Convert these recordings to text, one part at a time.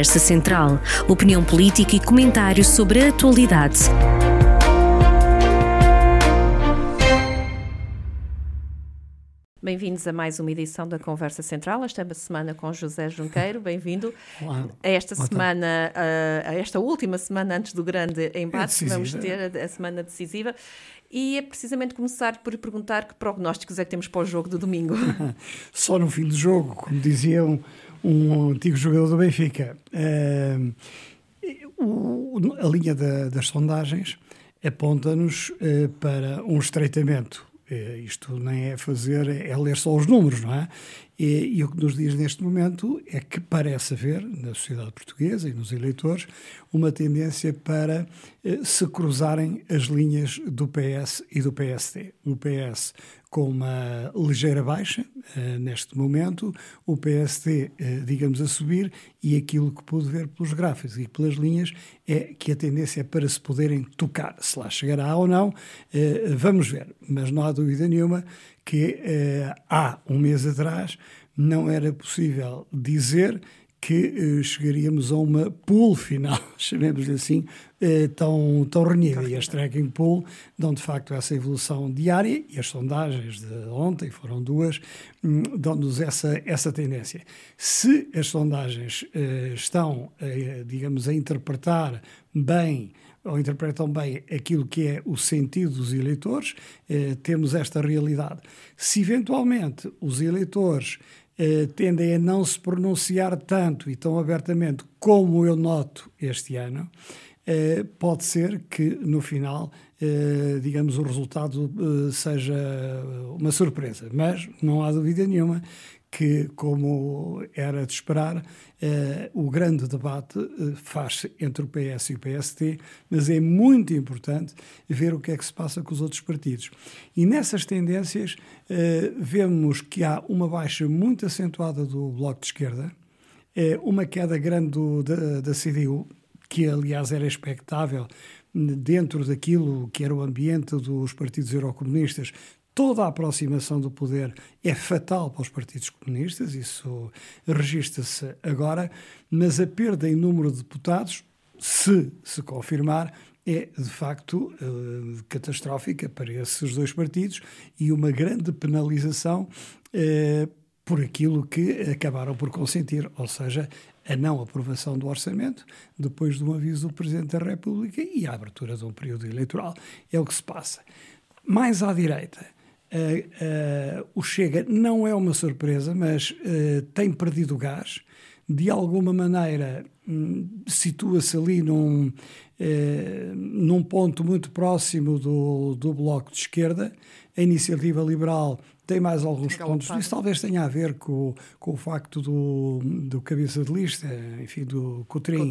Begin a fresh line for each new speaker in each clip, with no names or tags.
Conversa Central. Opinião política e comentários sobre a atualidade. Bem-vindos a mais uma edição da Conversa Central, esta semana com José Junqueiro, bem-vindo.
Olá.
A esta última semana antes do grande embate, vamos ter a semana decisiva. E é precisamente começar por perguntar que prognósticos é que temos para o jogo do domingo.
Só no fim do jogo, como dizia um antigo jogador do Benfica. A linha das sondagens aponta-nos para um estreitamento. Isto nem é é ler só os números, não é? E o que nos diz neste momento é que parece haver, na sociedade portuguesa e nos eleitores, uma tendência para se cruzarem as linhas do PS e do PSD. O PS com uma ligeira baixa, neste momento, o PSD, digamos, a subir, e aquilo que pude ver pelos gráficos e pelas linhas é que a tendência é para se poderem tocar. Se lá chegará ou não, vamos ver. Mas não há dúvida nenhuma que há um mês atrás não era possível dizer que chegaríamos a uma pool final, chamemos-lhe assim, tão renhida. E as tracking pool dão de facto essa evolução diária, e as sondagens de ontem, foram duas, dão-nos essa tendência. Se as sondagens estão, digamos, a interpretar bem, ou interpretam bem aquilo que é o sentido dos eleitores, temos esta realidade. Se eventualmente os eleitores tendem a não se pronunciar tanto e tão abertamente como eu noto este ano, pode ser que no final, digamos, o resultado seja uma surpresa. Mas não há dúvida nenhuma que, como era de esperar, o grande debate faz-se entre o PS e o PSD, mas é muito importante ver o que é que se passa com os outros partidos. E nessas tendências vemos que há uma baixa muito acentuada do Bloco de Esquerda, uma queda grande da CDU, que aliás era expectável dentro daquilo que era o ambiente dos partidos eurocomunistas. Toda a aproximação do poder é fatal para os partidos comunistas, isso registra-se agora, mas a perda em número de deputados, se confirmar, é de facto catastrófica para esses dois partidos e uma grande penalização por aquilo que acabaram por consentir, ou seja, a não aprovação do orçamento, depois de um aviso do Presidente da República e a abertura de um período eleitoral. É o que se passa. Mais à direita, o Chega não é uma surpresa, mas tem perdido gás. De alguma maneira, situa-se ali num ponto muito próximo do Bloco de Esquerda. A Iniciativa Liberal tem mais alguns pontos disso. Talvez tenha a ver com o facto do cabeça de lista, enfim, do Coutrinho,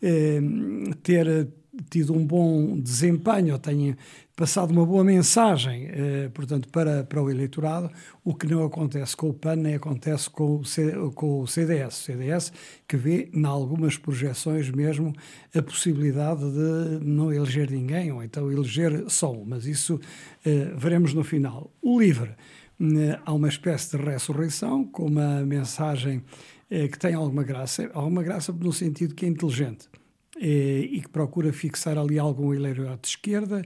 ter tido um bom desempenho, ou tenha passado uma boa mensagem, portanto, para o eleitorado, o que não acontece com o PAN, nem acontece com o CDS. O CDS que vê, em algumas projeções mesmo, a possibilidade de não eleger ninguém, ou então eleger só um, mas isso veremos no final. O LIVRE, há uma espécie de ressurreição, com uma mensagem que tem alguma graça no sentido que é inteligente, e que procura fixar ali algum eleitorado de esquerda,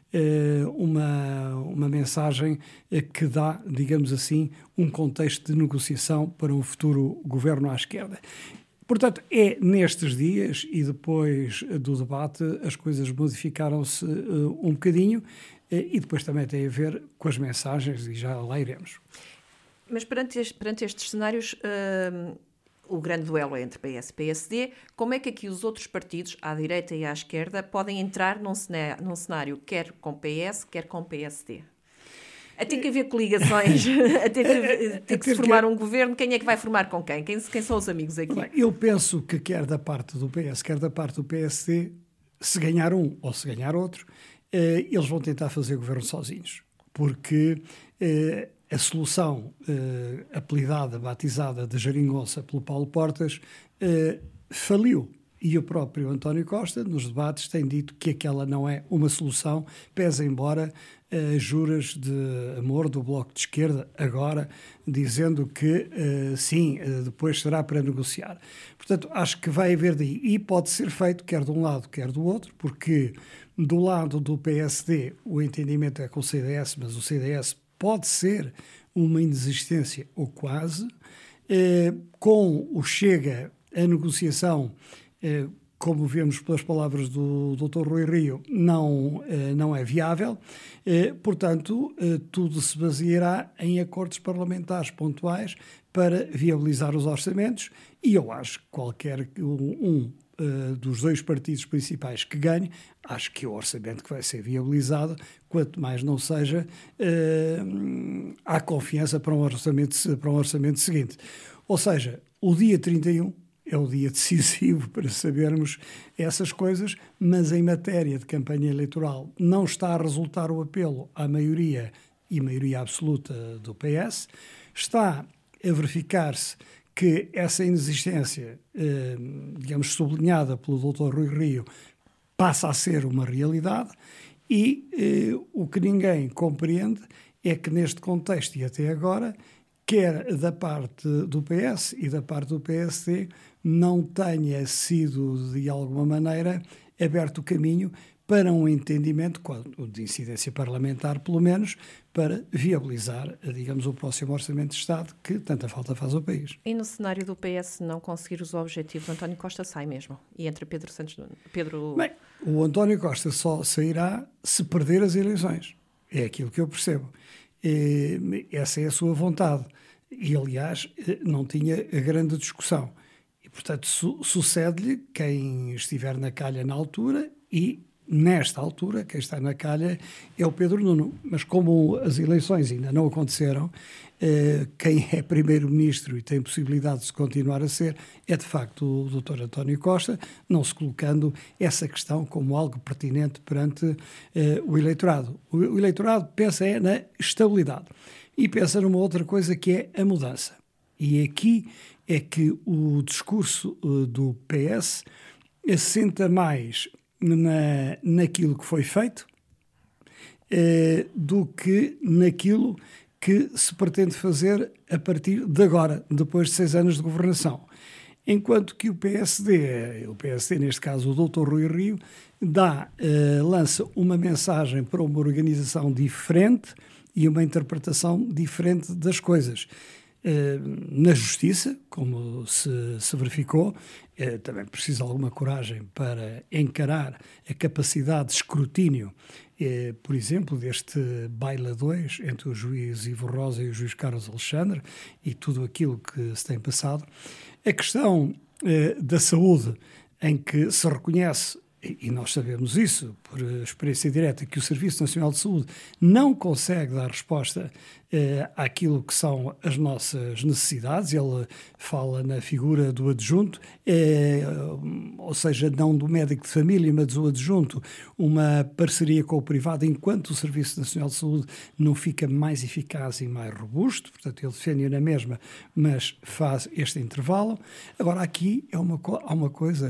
uma mensagem que dá, digamos assim, um contexto de negociação para um futuro governo à esquerda. Portanto, é nestes dias e depois do debate as coisas modificaram-se um bocadinho, e depois também tem a ver com as mensagens, e já lá iremos.
Mas perante estes cenários, o grande duelo é entre PS e PSD, como é que aqui os outros partidos, à direita e à esquerda, podem entrar num cenário quer com PS, quer com PSD? A ter que haver coligações, a ter que se formar um governo, quem é que vai formar com quem? Quem são os amigos aqui?
Bem, eu penso que quer da parte do PS, quer da parte do PSD, se ganhar um ou se ganhar outro, eles vão tentar fazer governo sozinhos, porque a solução apelidada, batizada de geringonça pelo Paulo Portas, faliu. E o próprio António Costa, nos debates, tem dito que aquela não é uma solução, pese embora juras de amor do Bloco de Esquerda, agora dizendo que sim, depois será para negociar. Portanto, acho que vai haver daí, e pode ser feito quer de um lado, quer do outro, porque do lado do PSD o entendimento é com o CDS, mas o CDS pode ser uma inexistência ou quase. Com o Chega, a negociação, como vemos pelas palavras do Dr. Rui Rio, não é viável. Portanto, tudo se baseará em acordos parlamentares pontuais para viabilizar os orçamentos, e eu acho que qualquer dos dois partidos principais que ganhe, acho que o orçamento que vai ser viabilizado, quanto mais não seja, há confiança para um orçamento seguinte. Ou seja, o dia 31 é o dia decisivo para sabermos essas coisas, mas em matéria de campanha eleitoral não está a resultar o apelo à maioria e maioria absoluta do PS, está a verificar-se que essa inexistência, digamos, sublinhada pelo Dr. Rui Rio, passa a ser uma realidade, e o que ninguém compreende é que neste contexto e até agora, quer da parte do PS e da parte do PSD, não tenha sido de alguma maneira aberto o caminho para um entendimento, de incidência parlamentar pelo menos, para viabilizar, digamos, o próximo Orçamento de Estado que tanta falta faz ao país.
E no cenário do PS não conseguir os objetivos, António Costa sai mesmo? E entra Pedro Santos...
Bem, o António Costa só sairá se perder as eleições. É aquilo que eu percebo. Essa é a sua vontade. E, aliás, não tinha grande discussão. E, portanto, sucede-lhe quem estiver na calha na altura, e nesta altura, quem está na calha é o Pedro Nuno. Mas como as eleições ainda não aconteceram, quem é primeiro-ministro e tem possibilidade de se continuar a ser é, de facto, o Dr. António Costa, não se colocando essa questão como algo pertinente perante o eleitorado. O eleitorado pensa na estabilidade e pensa numa outra coisa, que é a mudança. E aqui é que o discurso do PS assenta mais naquilo que foi feito do que naquilo que se pretende fazer a partir de agora, depois de 6 anos de governação. Enquanto que o PSD neste caso o Dr. Rui Rio, lança uma mensagem para uma organização diferente e uma interpretação diferente das coisas. Na justiça, como se verificou, também precisa de alguma coragem para encarar a capacidade de escrutínio, por exemplo, deste baile a dois entre o juiz Ivo Rosa e o juiz Carlos Alexandre, e tudo aquilo que se tem passado. A questão da saúde, em que se reconhece, e nós sabemos isso por experiência direta, que o Serviço Nacional de Saúde não consegue dar resposta àquilo que são as nossas necessidades. Ele fala na figura do adjunto, ou seja, não do médico de família, mas do adjunto, uma parceria com o privado, enquanto o Serviço Nacional de Saúde não fica mais eficaz e mais robusto. Portanto, ele defende na mesma, mas faz este intervalo. Agora, aqui há uma coisa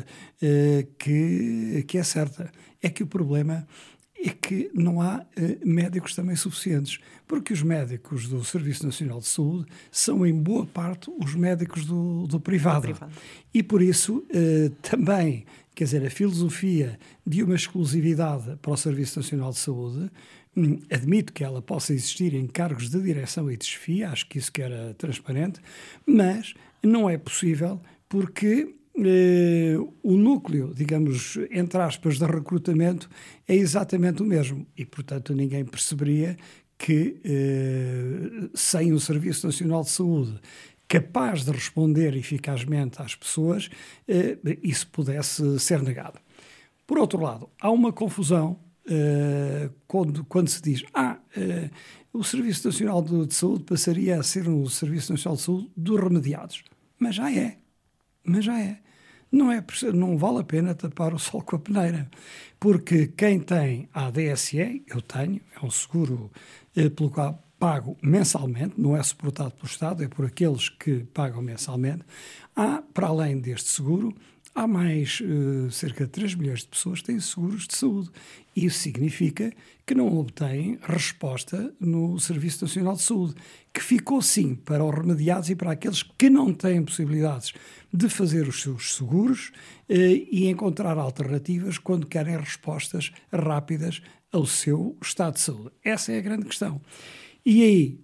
que é certa, é que o problema é que não há médicos também suficientes, porque os médicos do Serviço Nacional de Saúde são, em boa parte, os médicos do privado. E, por isso, também, quer dizer, a filosofia de uma exclusividade para o Serviço Nacional de Saúde, admito que ela possa existir em cargos de direção e de chefia, acho que isso que era transparente, mas não é possível porque o núcleo, digamos, entre aspas, de recrutamento é exatamente o mesmo e, portanto, ninguém perceberia que sem o Serviço Nacional de Saúde capaz de responder eficazmente às pessoas, isso pudesse ser negado. Por outro lado, há uma confusão quando se diz o Serviço Nacional de Saúde passaria a ser um Serviço Nacional de Saúde dos remediados. Mas já é. Não vale a pena tapar o sol com a peneira, porque quem tem a ADSE, eu tenho, é um seguro pelo qual pago mensalmente, não é suportado pelo Estado, é por aqueles que pagam mensalmente. Para além deste seguro, há mais cerca de 3 milhões de pessoas que têm seguros de saúde. Isso significa que não obtêm resposta no Serviço Nacional de Saúde, que ficou sim para os remediados e para aqueles que não têm possibilidades de fazer os seus seguros e encontrar alternativas quando querem respostas rápidas ao seu estado de saúde. Essa é a grande questão. E aí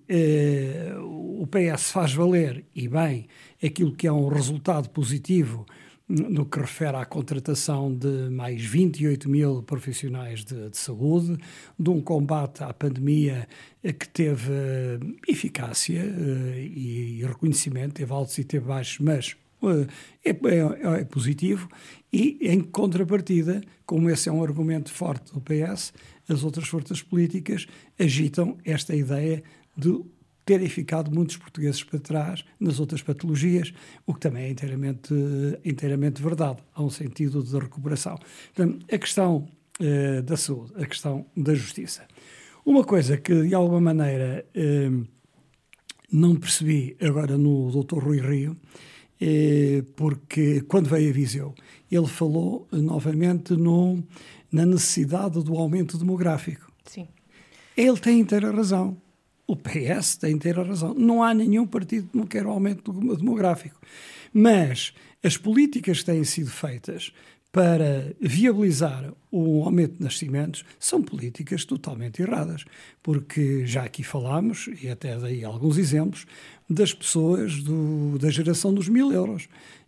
o PS faz valer, e bem, aquilo que é um resultado positivo no que refere à contratação de mais 28 mil profissionais de saúde, de um combate à pandemia que teve eficácia e reconhecimento, teve altos e teve baixos, mas é positivo. E, em contrapartida, como esse é um argumento forte do PS, as outras forças políticas agitam esta ideia de terem ficado muitos portugueses para trás nas outras patologias, o que também é inteiramente verdade. Há um sentido de recuperação. Portanto, a questão da saúde, a questão da justiça. Uma coisa que, de alguma maneira, não percebi agora no Dr. Rui Rio, porque quando veio a Viseu, ele falou novamente na necessidade do aumento demográfico.
Sim.
Ele tem inteira razão. O PS tem inteira razão. Não há nenhum partido que não queira o aumento demográfico. Mas as políticas que têm sido feitas para viabilizar o aumento de nascimentos são políticas totalmente erradas, porque já aqui falámos, e até dei alguns exemplos, das pessoas da geração dos 1.000 euros.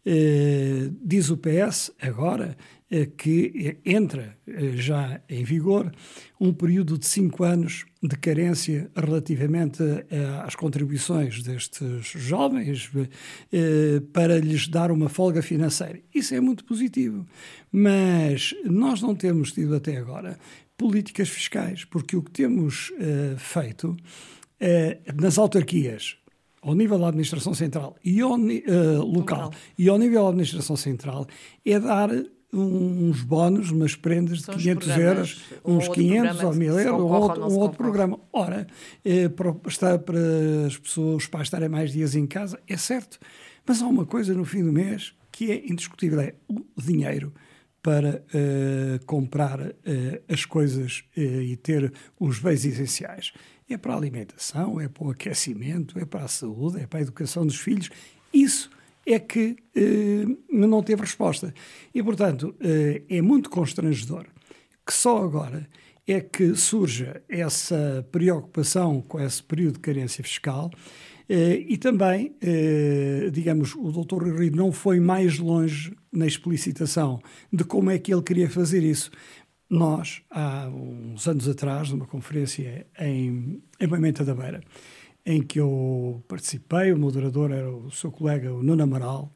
Diz o PS agora que entra já em vigor um período de 5 anos de carência relativamente às contribuições destes jovens para lhes dar uma folga financeira. Isso é muito positivo, mas nós não temos tido até agora políticas fiscais, porque o que temos feito nas autarquias, ao nível da administração central e local e ao nível da administração central, é dar uns bónus, umas prendas de 500 euros, uns 500 ou 1.000 euros, ou outro programa. Ora, para as pessoas, os pais estarem mais dias em casa, é certo, mas há uma coisa no fim do mês que é indiscutível, é o dinheiro para comprar as coisas e ter os bens essenciais. É para a alimentação, é para o aquecimento, é para a saúde, é para a educação dos filhos. Isso é que não teve resposta. E, portanto, é muito constrangedor que só agora é que surja essa preocupação com esse período de carência fiscal e também, digamos, o Dr. Rui Rio não foi mais longe na explicitação de como é que ele queria fazer isso. Nós, há uns anos atrás, numa conferência em Moimenta da Beira, em que eu participei, o moderador era o seu colega, o Nuno Amaral,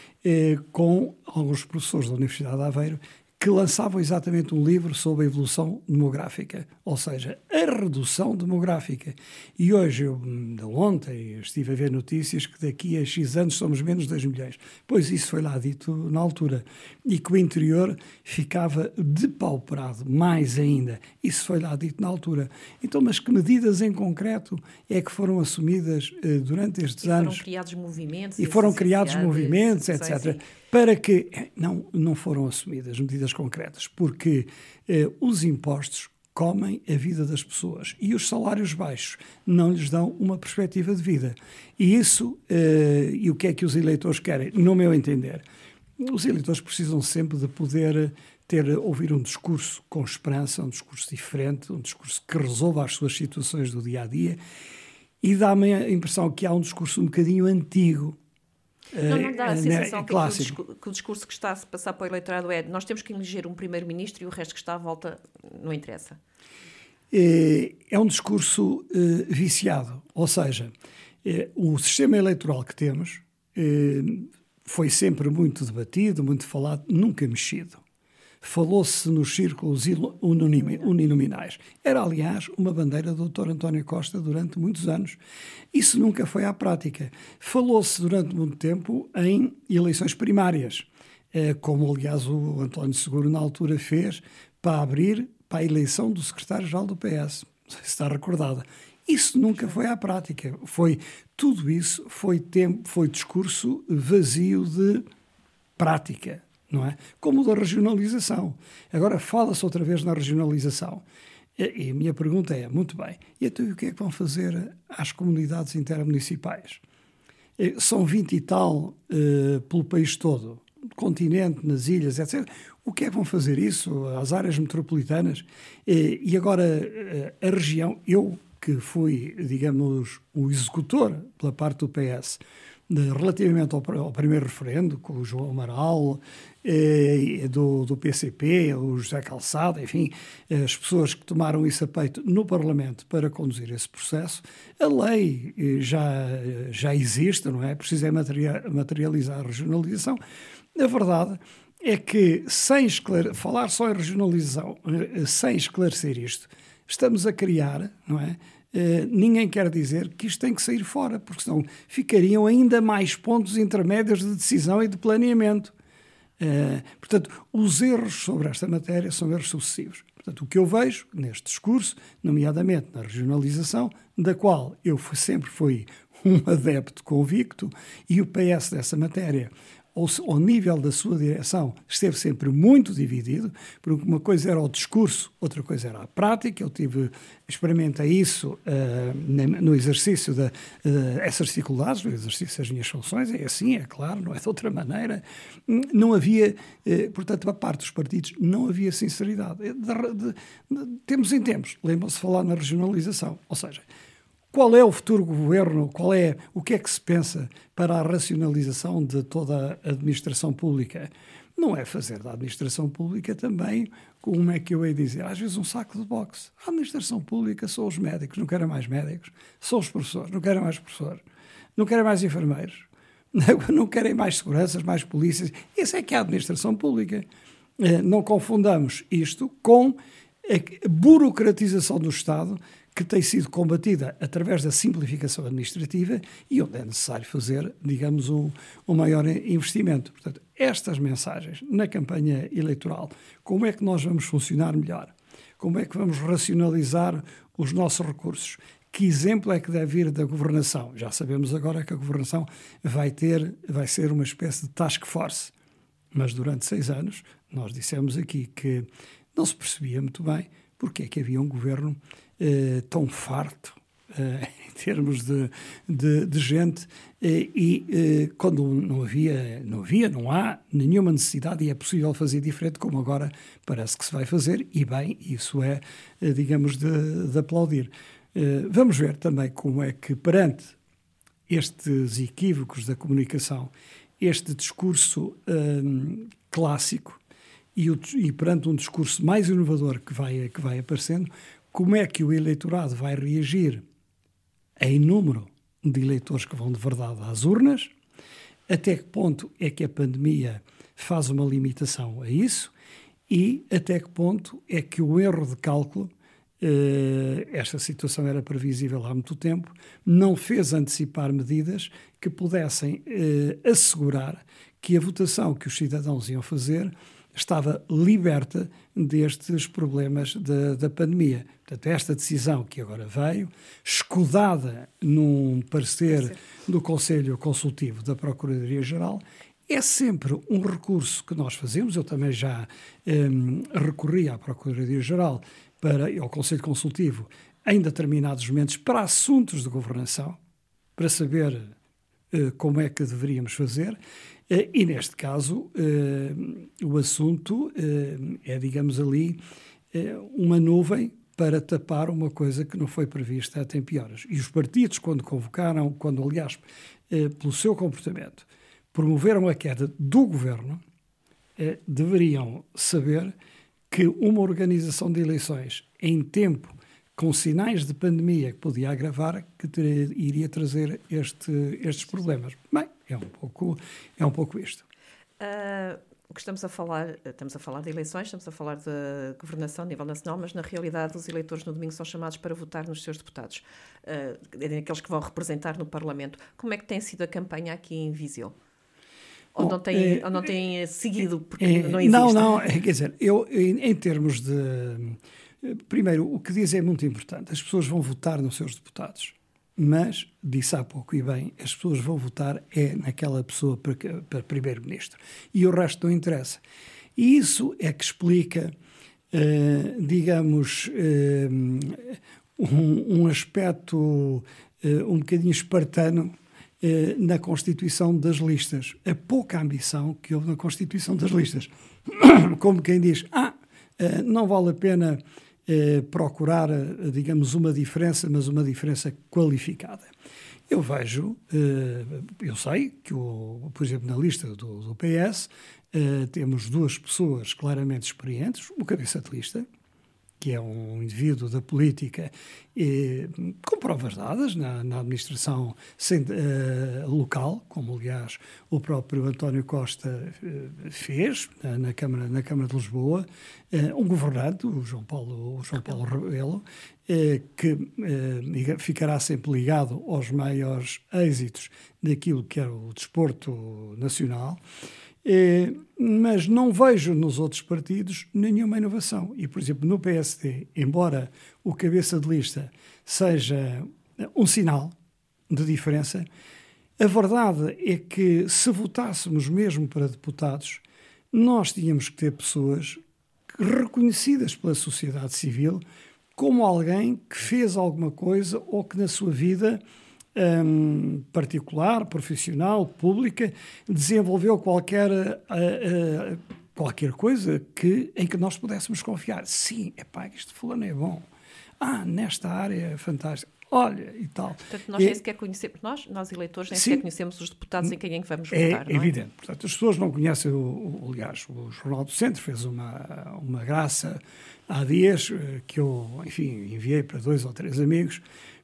com alguns professores da Universidade de Aveiro, que lançavam exatamente um livro sobre a evolução demográfica, ou seja, a redução demográfica. E hoje, ontem, estive a ver notícias que daqui a X anos somos menos de 2 milhões. Pois isso foi lá dito na altura. E que o interior ficava depauperado, mais ainda. Isso foi lá dito na altura. Então, mas que medidas em concreto é que foram assumidas durante estes anos?
Foram criados movimentos.
E foram criados movimentos, etc., para que não foram assumidas medidas concretas, porque os impostos comem a vida das pessoas e os salários baixos não lhes dão uma perspectiva de vida. E isso, e o que é que os eleitores querem? No meu entender, os eleitores precisam sempre de poder ouvir um discurso com esperança, um discurso diferente, um discurso que resolva as suas situações do dia-a-dia, e dá-me a impressão que há um discurso um bocadinho antigo.
Não dá a sensação que o discurso que está a se passar para o eleitorado é nós temos que eleger um primeiro-ministro e o resto que está à volta não interessa?
É um discurso viciado, ou seja, o sistema eleitoral que temos foi sempre muito debatido, muito falado, nunca mexido. Falou-se nos círculos uninominais. Era, aliás, uma bandeira do Dr. António Costa durante muitos anos. Isso nunca foi à prática. Falou-se durante muito tempo em eleições primárias, como, aliás, o António Seguro, na altura, fez para abrir para a eleição do secretário-geral do PS. Não sei se está recordada. Isso nunca foi à prática. Tudo isso foi discurso vazio de prática. não é? Como da regionalização. Agora fala-se outra vez na regionalização. E a minha pergunta é, muito bem, e então o que é que vão fazer às comunidades intermunicipais? São 20 e tal pelo país todo, continente, nas ilhas, etc. O que é que vão fazer isso às áreas metropolitanas? E agora a região, eu que fui, digamos, o executor pela parte do PS, relativamente ao primeiro referendo, com o João Amaral, do PCP, o José Calçada, enfim, as pessoas que tomaram isso a peito no Parlamento para conduzir esse processo, a lei já existe, não é? Precisa materializar a regionalização. A verdade é que, falar só em regionalização, sem esclarecer isto, estamos a criar, não é? Ninguém quer dizer que isto tem que sair fora, porque senão ficariam ainda mais pontos intermédios de decisão e de planeamento. Portanto, os erros sobre esta matéria são erros sucessivos. Portanto, o que eu vejo neste discurso, nomeadamente na regionalização, da qual eu sempre fui um adepto convicto, e o PS dessa matéria, ao nível da sua direção, esteve sempre muito dividido, porque uma coisa era o discurso, outra coisa era a prática. Eu experimentei isso no exercício dessas dificuldades, no exercício das minhas funções. É assim, é claro, não é de outra maneira. Não havia, portanto, da parte dos partidos, não havia sinceridade. Tempos em tempos, lembram-se de falar na regionalização, ou seja, qual é o futuro governo? O que é que se pensa para a racionalização de toda a administração pública? Não é fazer da administração pública também, como é que eu ia dizer, às vezes um saco de boxe. A administração pública são os médicos, não querem mais médicos. São os professores, não querem mais professores. Não querem mais enfermeiros. Não querem mais seguranças, mais polícias. Isso é que é a administração pública. Não confundamos isto com a burocratização do Estado, que tem sido combatida através da simplificação administrativa e onde é necessário fazer, digamos, um maior investimento. Portanto, estas mensagens na campanha eleitoral, como é que nós vamos funcionar melhor? Como é que vamos racionalizar os nossos recursos? Que exemplo é que deve vir da governação? Já sabemos agora que a governação vai ser uma espécie de task force, mas durante 6 anos nós dissemos aqui que não se percebia muito bem porque é que havia um governo tão farto em termos de gente quando não há nenhuma necessidade e é possível fazer diferente, como agora parece que se vai fazer, e bem, isso é, digamos, de aplaudir. Vamos ver também como é que, perante estes equívocos da comunicação, este discurso clássico e perante um discurso mais inovador que vai aparecendo, como é que o eleitorado vai reagir em número de eleitores que vão de verdade às urnas, até que ponto é que a pandemia faz uma limitação a isso e até que ponto é que o erro de cálculo, esta situação era previsível há muito tempo, não fez antecipar medidas que pudessem assegurar que a votação que os cidadãos iam fazer estava liberta destes problemas da pandemia. Portanto, esta decisão que agora veio, escudada num parecer do Conselho Consultivo da Procuradoria-Geral, é sempre um recurso que nós fazemos. Eu também já recorri à Procuradoria-Geral ao Conselho Consultivo em determinados momentos para assuntos de governação, para saber como é que deveríamos fazer. E, neste caso, o assunto é, digamos ali, uma nuvem para tapar uma coisa que não foi prevista a tempo e horas. E os partidos, quando aliás, pelo seu comportamento, promoveram a queda do governo, deveriam saber que uma organização de eleições em tempo, com sinais de pandemia que podia agravar, que iria trazer estes problemas. Bem, é um pouco isto.
O que estamos a falar de eleições, estamos a falar de governação a nível nacional, mas na realidade os eleitores no domingo são chamados para votar nos seus deputados, aqueles que vão representar no Parlamento. Como é que tem sido a campanha aqui em Viseu? Ou não tem seguido, porque não existe?
Não, quer dizer, eu, em termos de... Primeiro, o que diz é muito importante. As pessoas vão votar nos seus deputados. mas, disse há pouco e bem, as pessoas vão votar naquela pessoa para primeiro-ministro. E o resto não interessa. E isso é que explica, digamos, um aspecto um bocadinho espartano na constituição das listas. A pouca ambição que houve na constituição das listas. Como quem diz, não vale a pena procurar, digamos, uma diferença, mas uma diferença qualificada. Eu vejo, eu sei que, por exemplo, na lista do PS, temos duas pessoas claramente experientes, o cabeça de lista, que é um indivíduo da política com provas dadas na administração local, como aliás o próprio António Costa fez na Câmara de Lisboa, um governante, o João Paulo Rebelo, que ficará sempre ligado aos maiores êxitos daquilo que era o desporto nacional. Mas não vejo nos outros partidos nenhuma inovação. E, por exemplo, no PSD, embora o cabeça de lista seja um sinal de diferença, a verdade é que se votássemos mesmo para deputados, nós tínhamos que ter pessoas reconhecidas pela sociedade civil como alguém que fez alguma coisa ou que na sua vida particular, profissional, pública, desenvolveu qualquer coisa em que nós pudéssemos confiar. Sim, este fulano é bom. Nesta área é fantástico. Olha, e tal.
Portanto, nós nem sequer conhecemos, nós eleitores, nem sequer conhecemos os deputados em quem vamos votar, não é?
Evidente. Portanto, as pessoas não conhecem, aliás, o Jornal do Centro fez uma graça há dias que eu, enfim, enviei para 2 ou 3 amigos,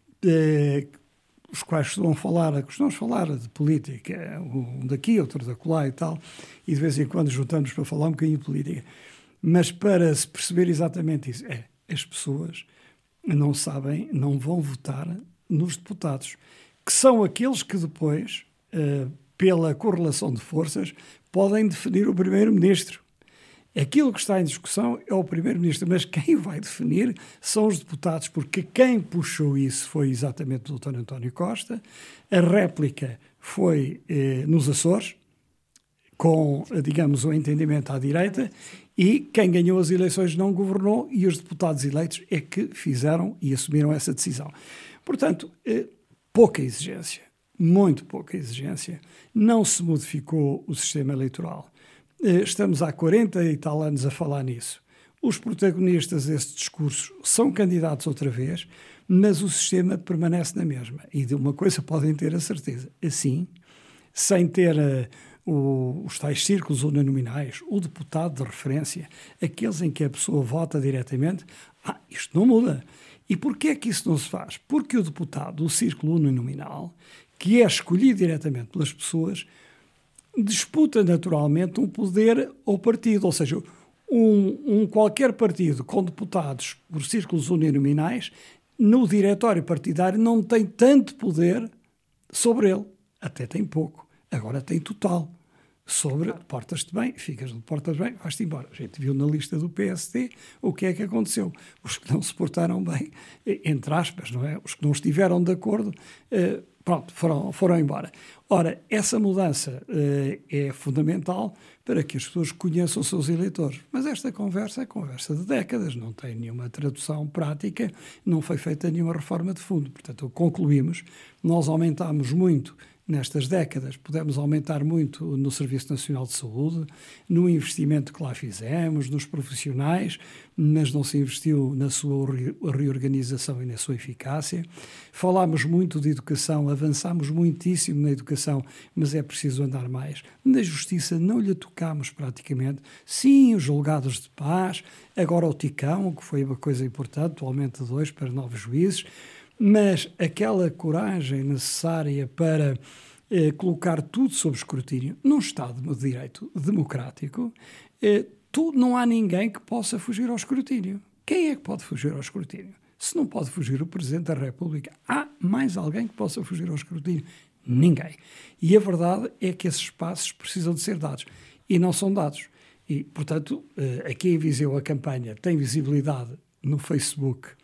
os quais costumamos falar de política, um daqui, outro da colá e tal, e de vez em quando juntamos para falar um bocadinho de política. Mas para se perceber exatamente isso, as pessoas não sabem, não vão votar nos deputados, que são aqueles que depois, pela correlação de forças, podem definir o primeiro-ministro. Aquilo que está em discussão é o primeiro-ministro, mas quem vai definir são os deputados, porque quem puxou isso foi exatamente o Dr. António Costa. A réplica foi nos Açores, com, digamos, o entendimento à direita, e quem ganhou as eleições não governou, e os deputados eleitos é que fizeram e assumiram essa decisão. Portanto, pouca exigência, muito pouca exigência. Não se modificou o sistema eleitoral. Estamos há 40 e tal anos a falar nisso. Os protagonistas desse discurso são candidatos outra vez, mas o sistema permanece na mesma. E de uma coisa podem ter a certeza. Assim, sem ter os tais círculos uninominais, o deputado de referência, aqueles em que a pessoa vota diretamente, isto não muda. E porquê é que isso não se faz? Porque o deputado, o círculo uninominal, que é escolhido diretamente pelas pessoas, disputa naturalmente um poder ao partido, ou seja, qualquer partido com deputados por círculos uninominais, no diretório partidário não tem tanto poder sobre ele, até tem pouco, agora tem total, sobre portas-te bem, ficas de portas bem, vais-te embora. A gente viu na lista do PSD o que é que aconteceu, os que não se portaram bem, entre aspas, não é? Os que não estiveram de acordo, foram embora. Ora, essa mudança é fundamental para que as pessoas conheçam os seus eleitores. Mas esta conversa é conversa de décadas, não tem nenhuma tradução prática, não foi feita nenhuma reforma de fundo. Portanto, concluímos, nós aumentámos muito nestas décadas, pudemos aumentar muito no Serviço Nacional de Saúde, no investimento que lá fizemos, nos profissionais, mas não se investiu na sua reorganização e na sua eficácia. Falámos muito de educação, avançámos muitíssimo na educação, mas é preciso andar mais. Na justiça não lhe tocámos praticamente. Sim, os julgados de paz, agora o Ticão, que foi uma coisa importante, o aumento de 2 para 9 juízes, mas aquela coragem necessária para colocar tudo sob escrutínio, num Estado de Direito democrático, não há ninguém que possa fugir ao escrutínio. Quem é que pode fugir ao escrutínio? Se não pode fugir o Presidente da República, há mais alguém que possa fugir ao escrutínio? Ninguém. E a verdade é que esses passos precisam de ser dados. E não são dados. E, portanto, aqui em Viseu a campanha tem visibilidade no Facebook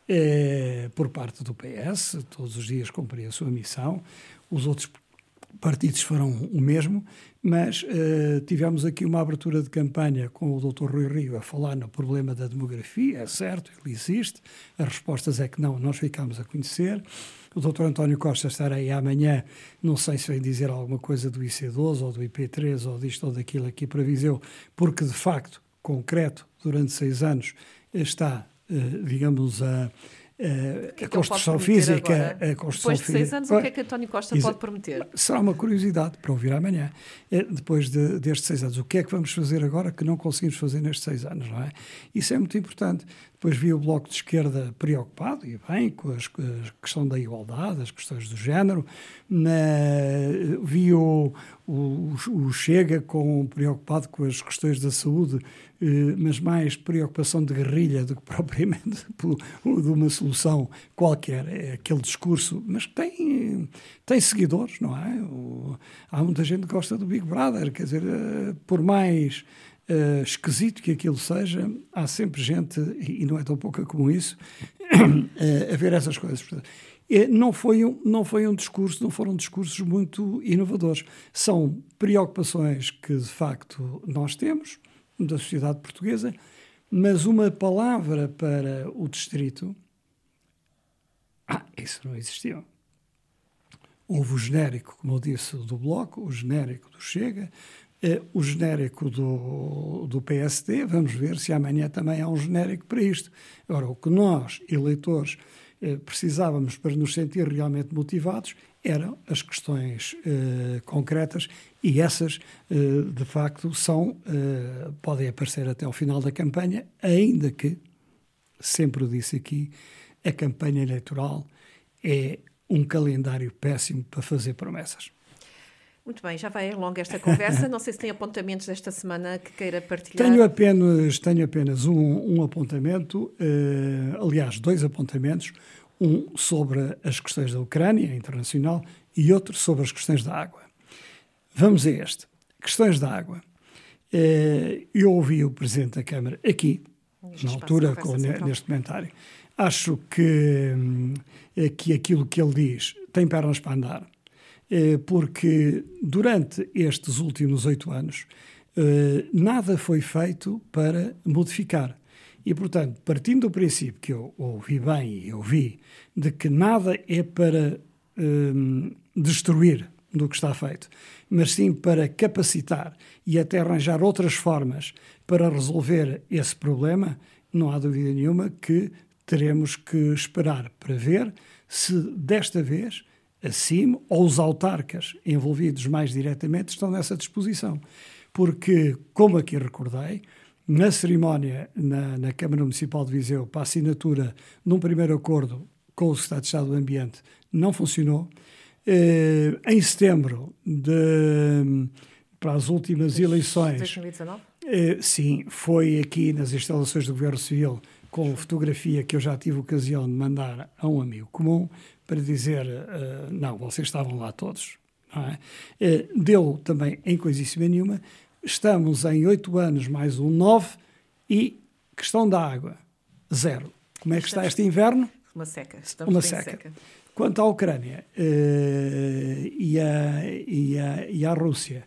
por parte do PS, todos os dias cumpria a sua missão, os outros partidos foram o mesmo, mas tivemos aqui uma abertura de campanha com o Dr. Rui Rio a falar no problema da demografia, é certo, ele existe, as respostas é que não, nós ficámos a conhecer. O Dr. António Costa estará aí amanhã, não sei se vem dizer alguma coisa do IC12 ou do IP3 ou disto ou daquilo aqui para Viseu, porque de facto, concreto, durante 6 anos, está, digamos, a construção física.
Depois de 6 anos, o que é que António Costa pode prometer?
Será uma curiosidade para ouvir amanhã. Depois destes 6 anos, o que é que vamos fazer agora que não conseguimos fazer nestes 6 anos, não é? Isso é muito importante. Depois vi o Bloco de Esquerda preocupado, e bem, com a questão da igualdade, as questões do género. Vi o Chega preocupado com as questões da saúde, mas mais preocupação de guerrilha do que propriamente de uma solução qualquer. É aquele discurso, mas que tem seguidores, não é? Há muita gente que gosta do Big Brother, quer dizer, por mais esquisito que aquilo seja, há sempre gente, e não é tão pouca como isso, a ver essas coisas. Não foram discursos muito inovadores. São preocupações que, de facto, nós temos, da sociedade portuguesa, mas uma palavra para o distrito, isso não existiu. Houve o genérico, como eu disse, do Bloco, o genérico do Chega, o genérico do PSD. Vamos ver se amanhã também há um genérico para isto. Agora, o que nós, eleitores, precisávamos para nos sentir realmente motivados eram as questões concretas, e essas, de facto, podem aparecer até ao final da campanha, ainda que, sempre o disse aqui, a campanha eleitoral é um calendário péssimo para fazer promessas.
Muito bem, já vai longa esta conversa. Não sei se tem apontamentos desta semana que queira partilhar.
Tenho apenas um apontamento, aliás, 2 apontamentos. Um sobre as questões da Ucrânia internacional e outro sobre as questões da água. Vamos a este. Questões da água. Eu ouvi o Presidente da Câmara aqui, na altura, neste comentário. Acho que aquilo que ele diz tem pernas para andar, porque durante estes últimos 8 anos nada foi feito para modificar. E, portanto, partindo do princípio que eu ouvi bem e eu vi, de que nada é para destruir do que está feito, mas sim para capacitar e até arranjar outras formas para resolver esse problema, não há dúvida nenhuma que teremos que esperar para ver se desta vez a CIM ou os autarcas envolvidos mais diretamente estão nessa disposição. Porque, como aqui recordei, na cerimónia na Câmara Municipal de Viseu para a assinatura de um primeiro acordo com o Secretário de Estado do Ambiente não funcionou. Em setembro, para as últimas eleições,
2019?
Sim, foi aqui nas instalações do Governo Civil, com fotografia que eu já tive ocasião de mandar a um amigo comum, para dizer, não, vocês estavam lá todos. Não é? Deu também em coisíssima nenhuma. Estamos em 8 anos mais 9 e questão da água, 0. Como é que está este inverno?
Uma seca.
Uma seca. Quanto à Ucrânia e à Rússia,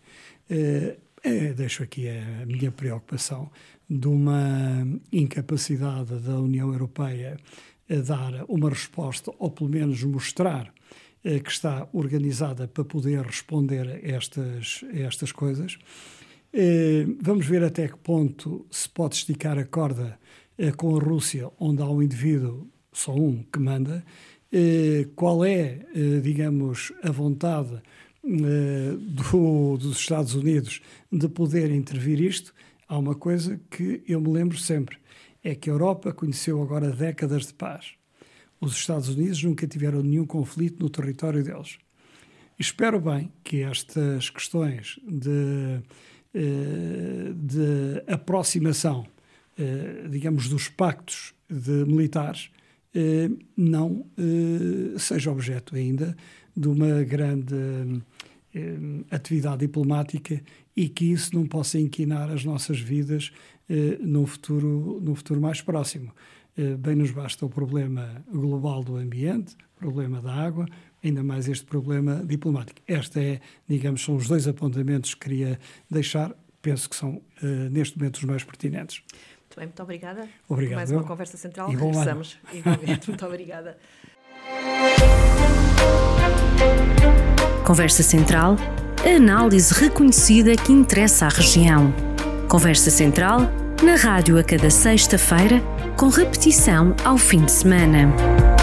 deixo aqui a minha preocupação de uma incapacidade da União Europeia a dar uma resposta, ou pelo menos mostrar que está organizada para poder responder a estas coisas. Vamos ver até que ponto se pode esticar a corda com a Rússia, onde há um indivíduo, só um, que manda. Qual é, digamos, a vontade dos Estados Unidos de poder intervir isto? Há uma coisa que eu me lembro sempre, é que a Europa conheceu agora décadas de paz. Os Estados Unidos nunca tiveram nenhum conflito no território deles. Espero bem que estas questões de aproximação, digamos, dos pactos militares, não seja objeto ainda de uma grande atividade diplomática, e que isso não possa inquinar as nossas vidas num futuro mais próximo. bem nos basta o problema global do ambiente, o problema da água, ainda mais este problema diplomático. São os 2 apontamentos que queria deixar, penso que são, neste momento, os mais pertinentes.
Muito bem, muito obrigada.
Obrigado.
Mais uma Conversa Central.
E
regressamos. Igualmente, muito obrigada.
Conversa Central, a análise reconhecida que interessa à região. Conversa Central, na rádio a cada sexta-feira, com repetição ao fim de semana.